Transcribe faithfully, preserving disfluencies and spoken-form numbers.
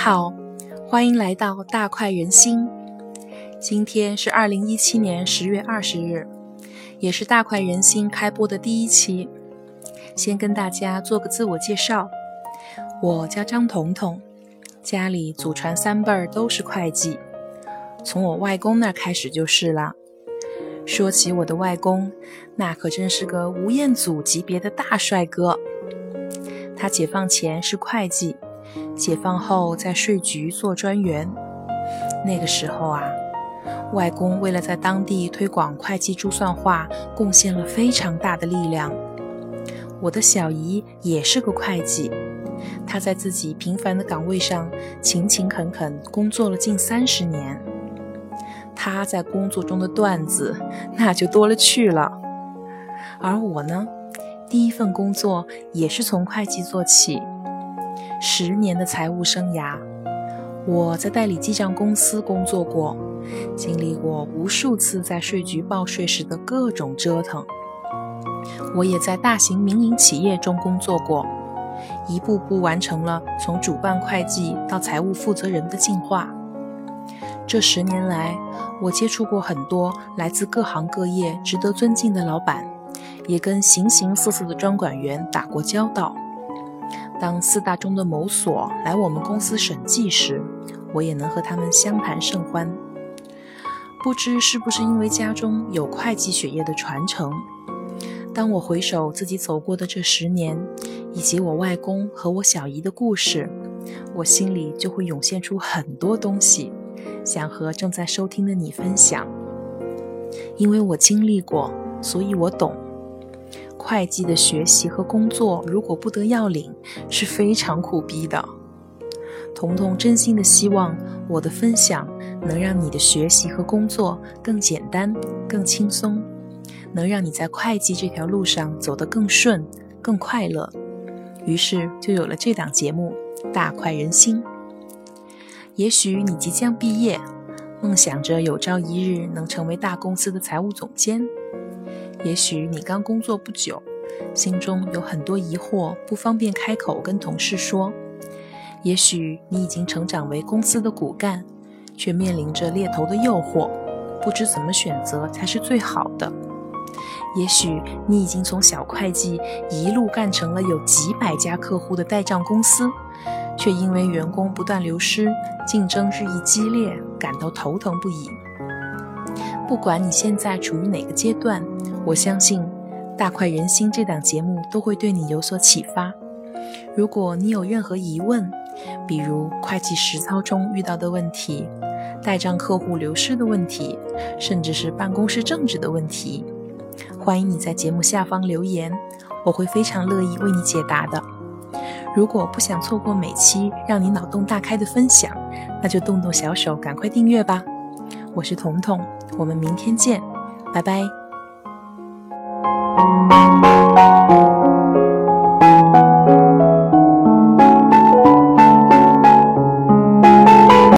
好，欢迎来到大快人心。今天是二零一七年十月二十日，也是大快人心开播的第一期。先跟大家做个自我介绍，我叫张彤彤，家里祖传三辈儿都是会计，从我外公那儿开始就是了。说起我的外公，那可真是个吴彦祖级别的大帅哥。他解放前是会计，解放后在税局做专员。那个时候啊，外公为了在当地推广会计珠算化，贡献了非常大的力量。我的小姨也是个会计，她在自己平凡的岗位上勤勤恳恳工作了近三十年。她在工作中的段子那就多了去了。而我呢，第一份工作也是从会计做起，十年的财务生涯，我在代理记账公司工作过，经历过无数次在税局报税时的各种折腾。我也在大型民营企业中工作过，一步步完成了从主办会计到财务负责人的进化。这十年来，我接触过很多来自各行各业值得尊敬的老板，也跟形形色色的专管员打过交道。当四大中的某所来我们公司审计时，我也能和他们相谈甚欢。不知是不是因为家中有会计血液的传承，当我回首自己走过的这十年，以及我外公和我小姨的故事，我心里就会涌现出很多东西，想和正在收听的你分享。因为我经历过，所以我懂。会计的学习和工作如果不得要领，是非常苦逼的。彤彤真心的希望我的分享能让你的学习和工作更简单、更轻松，能让你在会计这条路上走得更顺、更快乐。于是就有了这档节目《大快人心》。也许你即将毕业，梦想着有朝一日能成为大公司的财务总监。也许你刚工作不久，心中有很多疑惑，不方便开口跟同事说。也许你已经成长为公司的骨干，却面临着猎头的诱惑，不知怎么选择才是最好的。也许你已经从小会计一路干成了有几百家客户的代账公司，却因为员工不断流失，竞争日益激烈，感到头疼不已。不管你现在处于哪个阶段，我相信大快人心这档节目都会对你有所启发。如果你有任何疑问，比如会计实操中遇到的问题，代账客户流失的问题，甚至是办公室政治的问题，欢迎你在节目下方留言，我会非常乐意为你解答的。如果不想错过每期让你脑洞大开的分享，那就动动小手赶快订阅吧。我是彤彤，我们明天见，拜拜。